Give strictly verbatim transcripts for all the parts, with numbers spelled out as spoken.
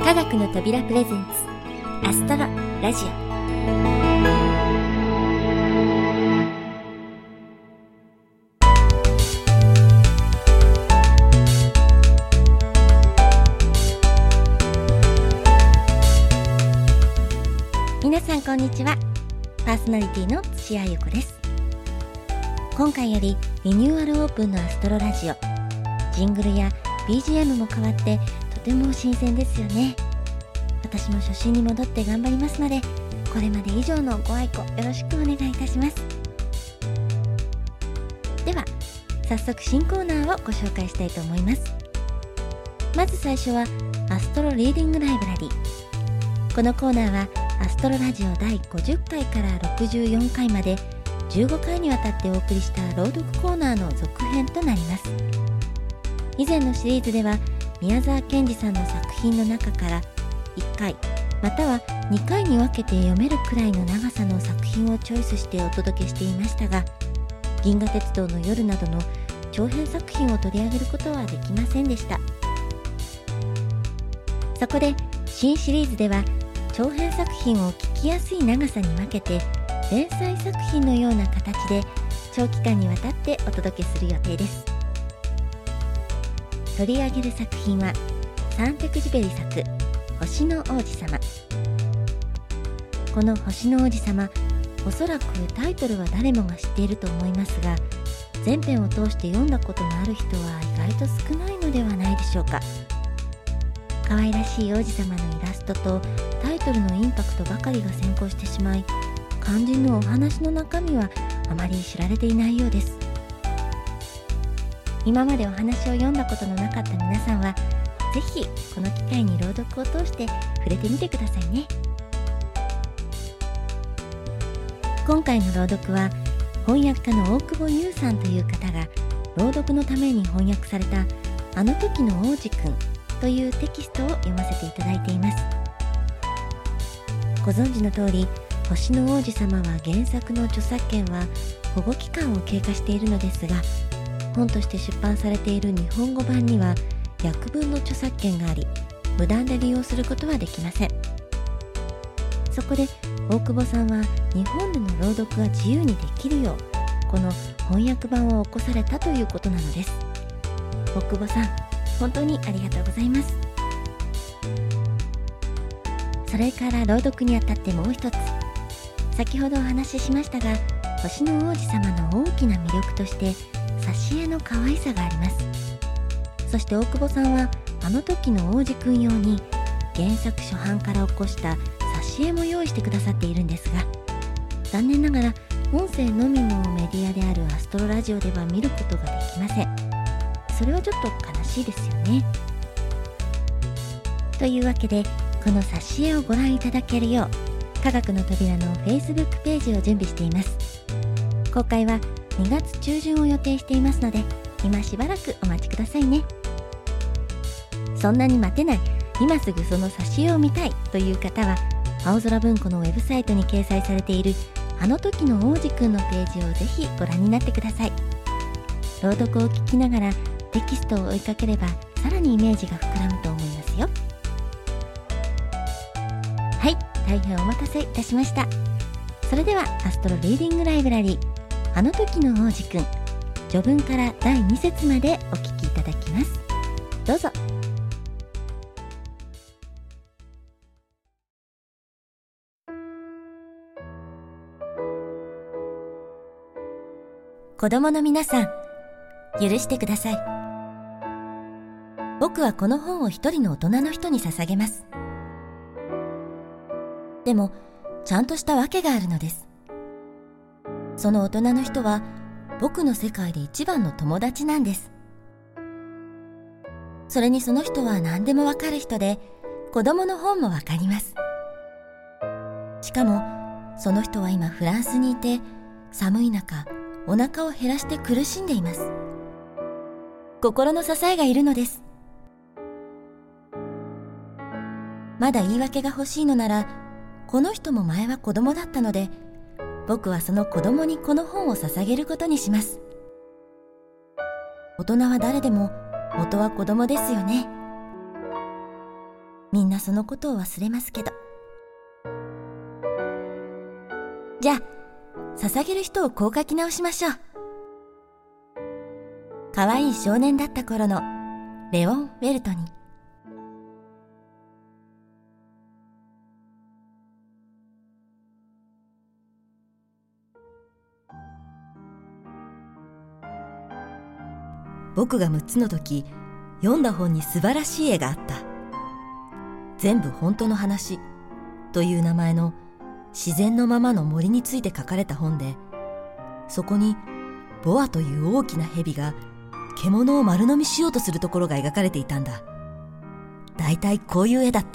科学の扉プレゼンツアストロラジオ。皆さんこんにちは。パーソナリティの土屋ゆ子です。今回よりリニューアルオープンのアストロラジオ、ジングルや ビージーエム も変わってとても新鮮ですよね。私も初心に戻って頑張りますので、これまで以上のご愛顧よろしくお願いいたします。では早速新コーナーをご紹介したいと思います。まず最初はアストロリーディングライブラリー。このコーナーはアストロラジオだいごじゅっかいからろくじゅうよんかいまでじゅうごかいにわたってお送りした朗読コーナーの続編となります。以前のシリーズでは宮沢賢治さんの作品の中からいっかいまたはにかいに分けて読めるくらいの長さの作品をチョイスしてお届けしていましたが、銀河鉄道の夜などの長編作品を取り上げることはできませんでした。そこで新シリーズでは長編作品を聞きやすい長さに分けて連載作品のような形で長期間にわたってお届けする予定です。取り上げる作品はサンテクジュペリ作星の王子様。この星の王子様、おそらくタイトルは誰もが知っていると思いますが、全編を通して読んだことのある人は意外と少ないのではないでしょうか。可愛らしい王子様のイラストとタイトルのインパクトばかりが先行してしまい、肝心のお話の中身はあまり知られていないようです。今までお話を読んだことのなかった皆さんはぜひこの機会に朗読を通して触れてみてくださいね。今回の朗読は翻訳家の大久保優さんという方が朗読のために翻訳されたあの時の王子くんというテキストを読ませていただいています。ご存知の通り、星の王子様は原作の著作権は保護期間を経過しているのですが、本として出版されている日本語版には訳文の著作権があり、無断で利用することはできません。そこで大久保さんは日本での朗読が自由にできるよう、この翻訳版を起こされたということなのです。大久保さん、本当にありがとうございます。それから朗読にあたってもう一つ、先ほどお話ししましたが、星の王子様の大きな魅力として挿絵の可愛さがあります。そして大久保さんはあの時の王子くん用に原作初版から起こした挿絵も用意してくださっているんですが、残念ながら音声のみのメディアであるアストロラジオでは見ることができません。それはちょっと悲しいですよね。というわけで、この挿絵をご覧いただけるよう科学の扉の Facebook ページを準備しています。公開はにがつちゅうじゅんを予定していますので、今しばらくお待ちくださいね。そんなに待てない、今すぐその挿絵を見たいという方は、青空文庫のウェブサイトに掲載されているあの時の王子くんのページをぜひご覧になってください。朗読を聞きながらテキストを追いかければ、さらにイメージが膨らむと思いますよ。はい、大変お待たせいたしました。それではアストロリーディングライブラリー、あの時の王子くん、序文からだいにせつまでお聞きいただきます。どうぞ。子供の皆さん、許してください。僕はこの本を一人の大人の人に捧げます。でも、ちゃんとした訳があるのです。その大人の人は僕の世界で一番の友達なんです。それにその人は何でもわかる人で、子供の本もわかります。しかもその人は今フランスにいて、寒い中お腹を減らして苦しんでいます。心の支えがいるのです。まだ言い訳が欲しいのなら、この人も前は子供だったので、僕はその子供にこの本を捧げることにします。大人は誰でも元は子供ですよね。 みんなそのことを忘れますけど。じゃあ、捧げる人をこう書き直しましょう。可愛い少年だった頃のレオン・ウェルトに。僕がむっつの時、読んだ本に素晴らしい絵があった。全部本当の話という名前の自然のままの森について書かれた本で、そこにボアという大きな蛇が獣を丸飲みしようとするところが描かれていたんだ。だいたいこういう絵だった。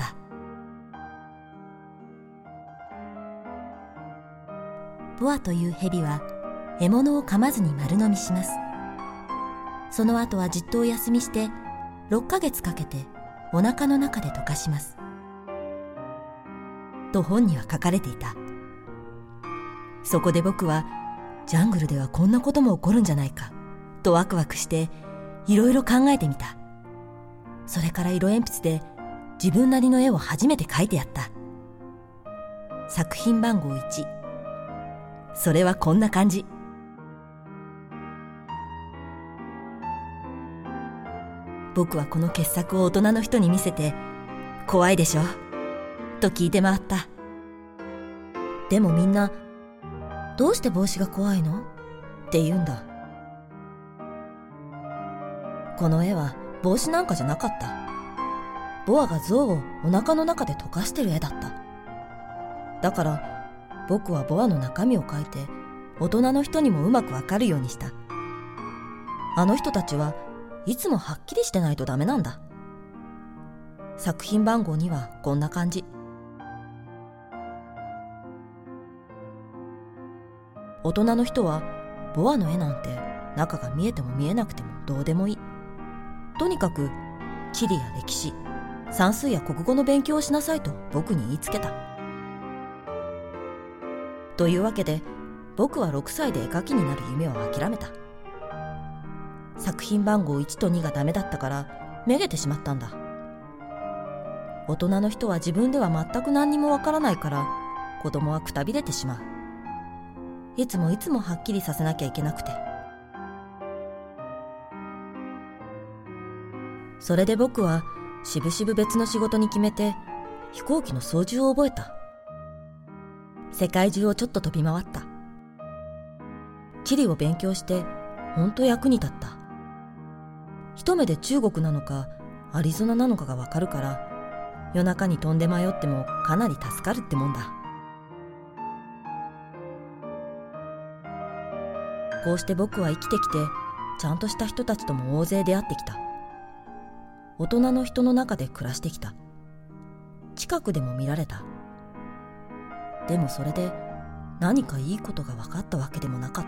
ボアという蛇は獲物を噛まずに丸飲みします。その後はじっとお休みしてろっかげつかけてお腹の中で溶かします。と本には書かれていた。そこで僕はジャングルではこんなことも起こるんじゃないかとワクワクしていろいろ考えてみた。それから色鉛筆で自分なりの絵を初めて描いてやった。作品番号いち。それはこんな感じ。僕はこの傑作を大人の人に見せて、怖いでしょと聞いて回った。でもみんな、どうして帽子が怖いのって言うんだ。この絵は帽子なんかじゃなかった。ボアが象をお腹の中で溶かしてる絵だった。だから僕はボアの中身を描いて大人の人にもうまくわかるようにした。あの人たちはいつもはっきりしてないとダメなんだ。作品番号にはこんな感じ。大人の人はボアの絵なんて中が見えても見えなくてもどうでもいい。とにかく地理や歴史、算数や国語の勉強をしなさいと僕に言いつけた。というわけで僕はろくさいで絵描きになる夢を諦めた。作品番号いちとにがダメだったからめげてしまったんだ。大人の人は自分では全く何にもわからないから子供はくたびれてしまう。いつもいつもはっきりさせなきゃいけなくて。それで僕はしぶしぶ別の仕事に決めて飛行機の操縦を覚えた。世界中をちょっと飛び回った。地理を勉強してほんと役に立った。一目で中国なのかアリゾナなのかがわかるから夜中に飛んで迷ってもかなり助かるってもんだ。こうして僕は生きてきてちゃんとした人たちとも大勢出会ってきた。大人の人の中で暮らしてきた。近くでも見られた。でもそれで何かいいことが分かったわけでもなかった。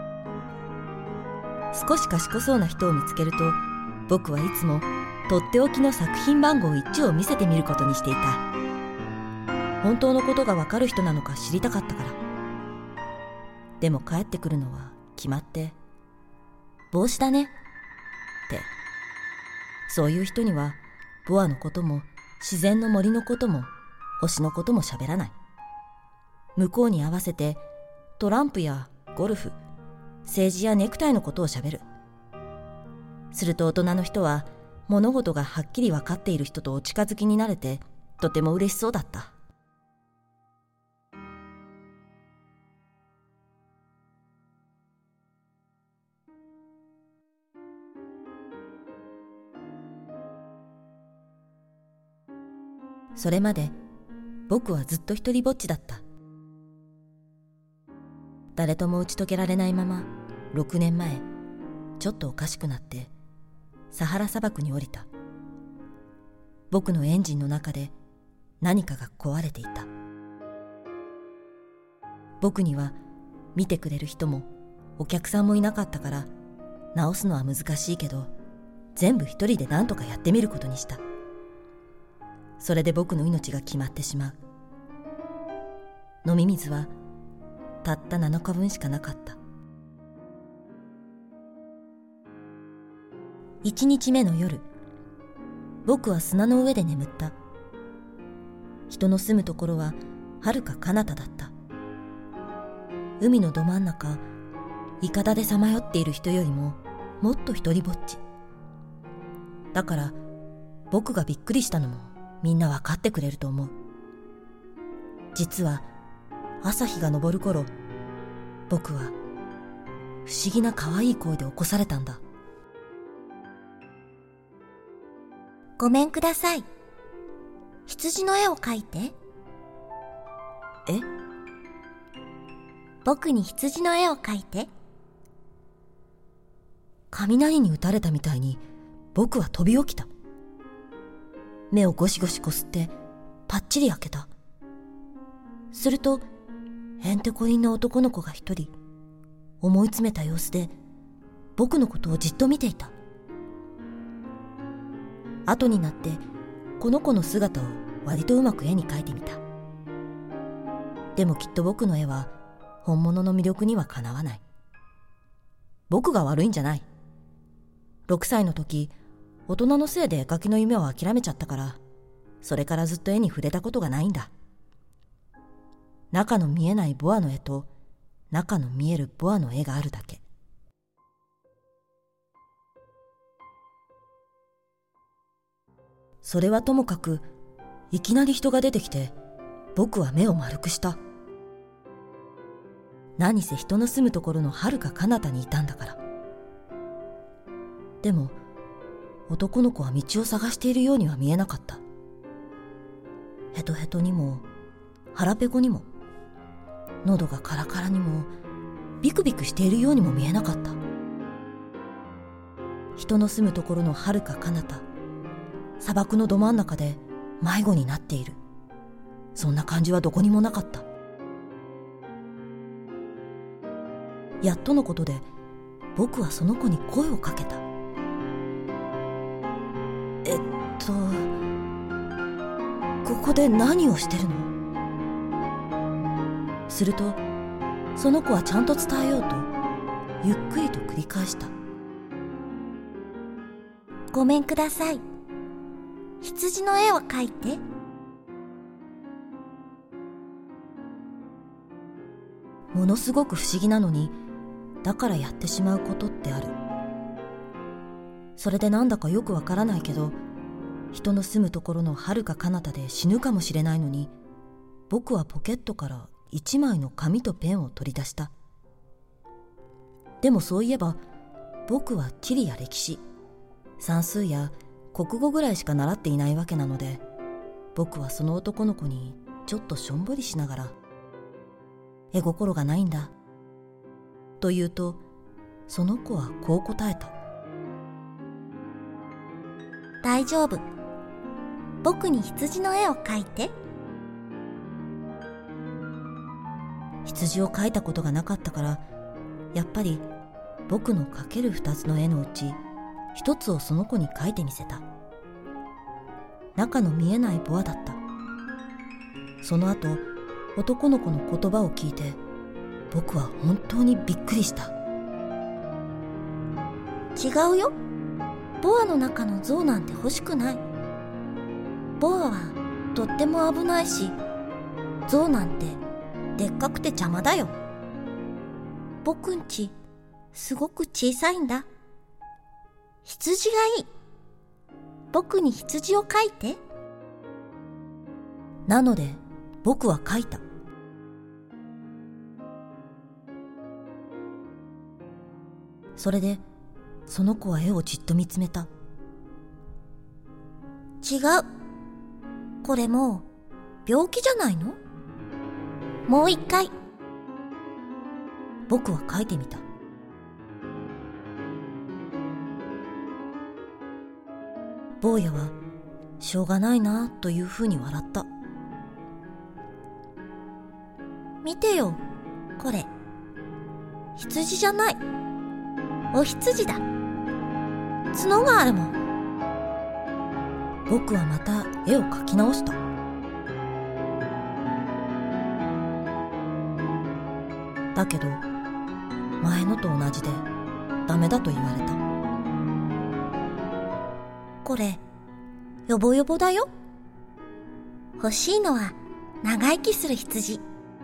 少し賢そうな人を見つけると僕はいつもとっておきの作品番号いちを見せてみることにしていた。本当のことが分かる人なのか知りたかったから。でも帰ってくるのは決まって帽子だねって。そういう人にはボアのことも自然の森のことも星のことも喋らない。向こうに合わせてトランプやゴルフ、政治やネクタイのことを喋る。すると大人の人は物事がはっきり分かっている人とお近づきになれてとても嬉しそうだった。それまで僕はずっと一人ぼっちだった。誰とも打ち解けられないままろくねんまえちょっとおかしくなってサハラ砂漠に降りた。僕のエンジンの中で何かが壊れていた。僕には見てくれる人もお客さんもいなかったから直すのは難しいけど全部一人で何とかやってみることにした。それで僕の命が決まってしまう。飲み水はたったなのかぶんしかなかった。一日目の夜、僕は砂の上で眠った。 人の住むところは遥か彼方だった。海のど真ん中、いかだでさまよっている人よりももっと一人ぼっち。だから僕がびっくりしたのもみんなわかってくれると思う。実は朝日が昇る頃、僕は不思議な可愛い声で起こされたんだ。 ごめんください。羊の絵を描いて。 え？ 僕に羊の絵を描いて。 雷に打たれたみたいに僕は飛び起きた。目をゴシゴシこすってパッチリ開けた。するとへんてこりんな男の子が一人思い詰めた様子で僕のことをじっと見ていた。後になってこの子の姿を割とうまく絵に描いてみた。でもきっと僕の絵は本物の魅力にはかなわない。僕が悪いんじゃない。ろくさいの時、大人のせいで絵描きの夢を諦めちゃったから、それからずっと絵に触れたことがないんだ。中の見えないボアの絵と中の見えるボアの絵があるだけ。それはともかく、いきなり人が出てきて、僕は目を丸くした。何せ人の住むところの遥か彼方にいたんだから。でも、男の子は道を探しているようには見えなかった。ヘトヘトにも、腹ペコにも、喉がカラカラにも、ビクビクしているようにも見えなかった。人の住むところの遥か彼方、砂漠のど真ん中で迷子になっている。そんな感じはどこにもなかった。やっとのことで僕はその子に声をかけた。えっと、ここで何をしてるの？すると、その子はちゃんと伝えようと、ゆっくりと繰り返した。 ごめんください。羊の絵を描いて。 ものすごく不思議なのに、だからやってしまうことってある。それでなんだかよくわからないけど、人の住むところの遥か彼方で死ぬかもしれないのに、僕はポケットから一枚の紙とペンを取り出した。でもそういえば、僕は地理や歴史、算数や国語ぐらいしか習っていないわけなので、僕はその男の子にちょっとしょんぼりしながら、絵心がないんだと言うと、その子はこう答えた。 大丈夫。僕に羊の絵を描いて。 羊を描いたことがなかったから、やっぱり僕の描ける二つの絵のうち一つをその子に描いてみせた。中の見えないボアだった。その後、男の子の言葉を聞いて、僕は本当にびっくりした。 違うよ。ボアの中の像なんて欲しくない。ボアはとっても危ないし、像なんてでっかくて邪魔だよ。僕んちすごく小さいんだ。羊がいい。僕に羊を描いて。 なので僕は描いた。それでその子は絵をじっと見つめた。 違う。これもう病気じゃないの？もう一回。 僕は描いてみた。坊やはしょうがないなというふうに笑った。 見てよ、これ。羊じゃない。お羊だ。角があるもん。 僕はまた絵を描き直した。だけど前のと同じでダメだと言われた。 これヨボヨボだよ。 欲しいのは長生きする羊。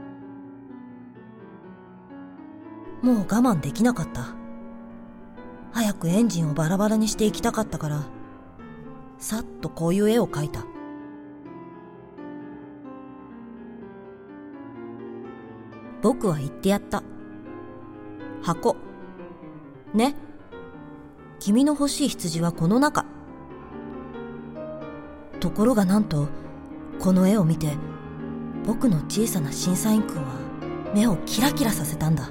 もう我慢できなかった。早くエンジンをバラバラにしていきたかったから、さっとこういう絵を描いた。僕は言ってやった。箱。ね。君の欲しい羊はこの中。ところがなんと、この絵を見て、僕の小さな審査員くんは目をキラキラさせたんだ。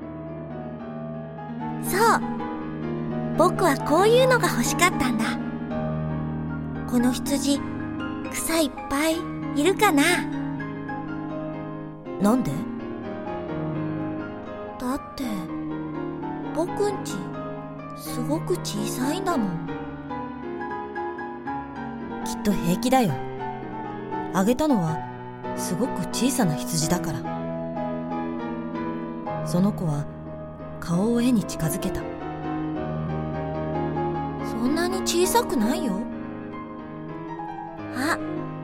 そう。僕はこういうのが欲しかったんだ。この羊、草いっぱいいるかな？ なんで？ だって、僕んち、すごく小さいんだもん。 きっと平気だよ。あげたのは、すごく小さな羊だから。その子は、顔を絵に近づけた。 そんなに小さくないよ。あ、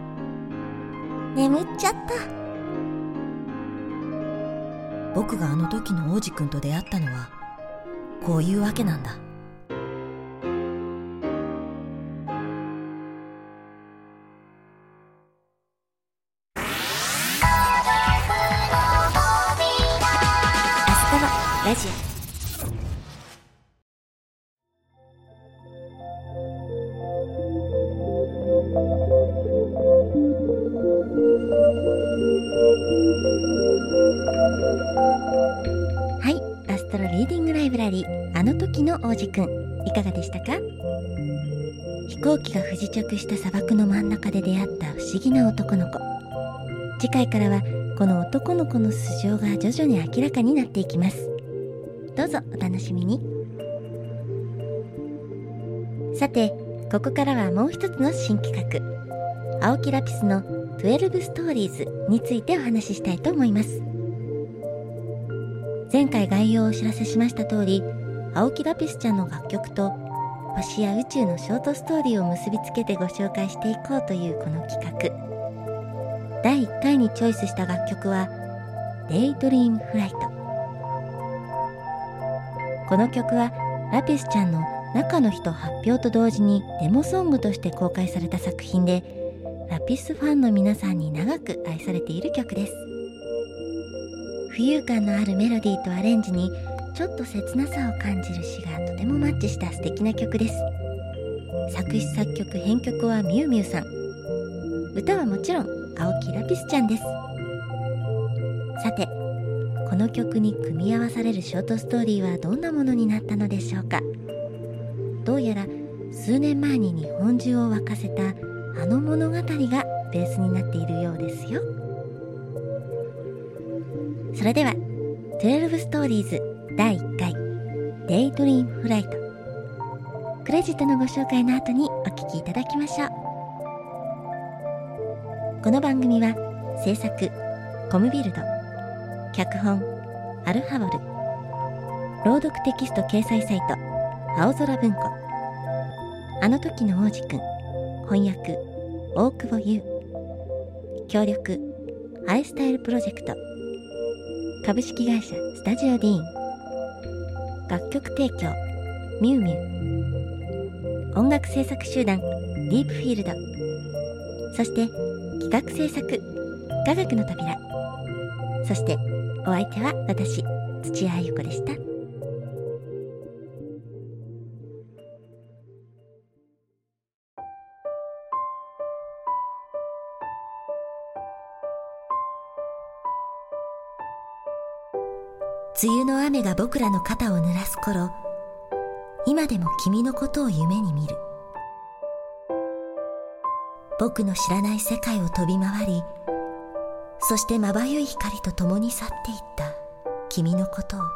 眠っちゃった。 僕があの時の王子くんと出会ったのは、こういうわけなんだ。 アストロラジオ。はい、アストロリーディングライブラリー、あの時の王子くん、いかがでしたか？飛行機が不時着した砂漠の真ん中で出会った不思議な男の子。次回からはこの男の子の素性が徐々に明らかになっていきます。どうぞお楽しみに。さて、ここからはもう一つの新企画、青木ラピスのじゅうにストーリーズについてお話ししたいと思います。前回概要をお知らせしました通り、青木ラピスちゃんの楽曲と星や宇宙のショートストーリーを結びつけてご紹介していこうというこの企画。だいいっかいにチョイスした楽曲はデイドリームフライト。この曲はラピスちゃんの中の人発表と同時にデモソングとして公開された作品で、ラピスファンの皆さんに長く愛されている曲です。浮遊感のあるメロディーとアレンジにちょっと切なさを感じる詩がとてもマッチした素敵な曲です。作詞作曲編曲はミュウミュウさん、歌はもちろん青木ラピスちゃんです。さて、この曲に組み合わされるショートストーリーはどんなものになったのでしょうか。どうやら数年前に日本中を沸かせたあの物語がベースになっているようですよ。それではじゅうにストーリーズだいいっかいデイドリームフライト、クレジットのご紹介の後にお聴きいただきましょう。この番組は制作コムビルド、脚本アルハボル、朗読テキスト掲載サイト青空文庫、あの時の王子くん翻訳大久保優、協力アイスタイルプロジェクト、株式会社スタジオディーン、楽曲提供ミュウミュウ、音楽制作集団ディープフィールド、そして企画制作雅楽の扉、そしてお相手は私土屋あゆ子でした。 梅雨の雨が僕らの肩を濡らす頃、今でも君のことを夢に見る。僕の知らない世界を飛び回り、そしてまばゆい光と共に去っていった君のことを。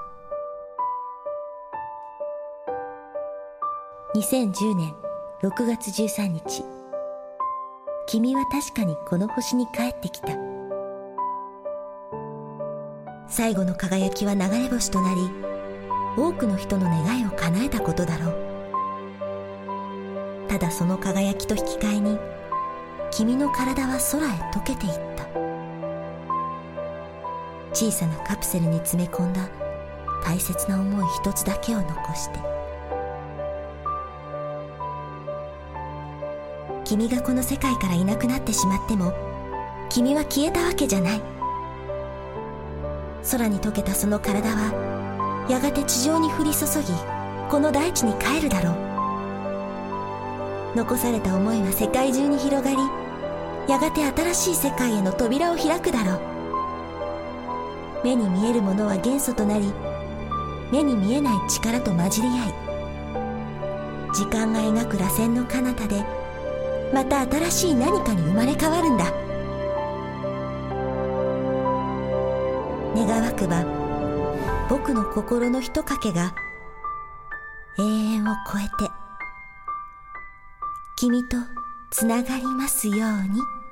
にせんじゅうねんろくがつじゅうさんにち、君は確かにこの星に帰ってきた。最後の輝きは流れ星となり、多くの人の願いを叶えたことだろう。ただその輝きと引き換えに、 君の体は空へ溶けていった。小さなカプセルに詰め込んだ大切な思い一つだけを残して。君がこの世界からいなくなってしまっても、君は消えたわけじゃない。空に溶けたその体はやがて地上に降り注ぎ、この大地に帰るだろう。残された思いは世界中に広がり、やがて新しい世界への扉を開くだろう。目に見えるものは元素となり、目に見えない力と混じり合い、時間が描く螺旋の彼方でまた新しい何かに生まれ変わるんだ。願わくば僕の心のひとかけが永遠を超えて君とつながりますように。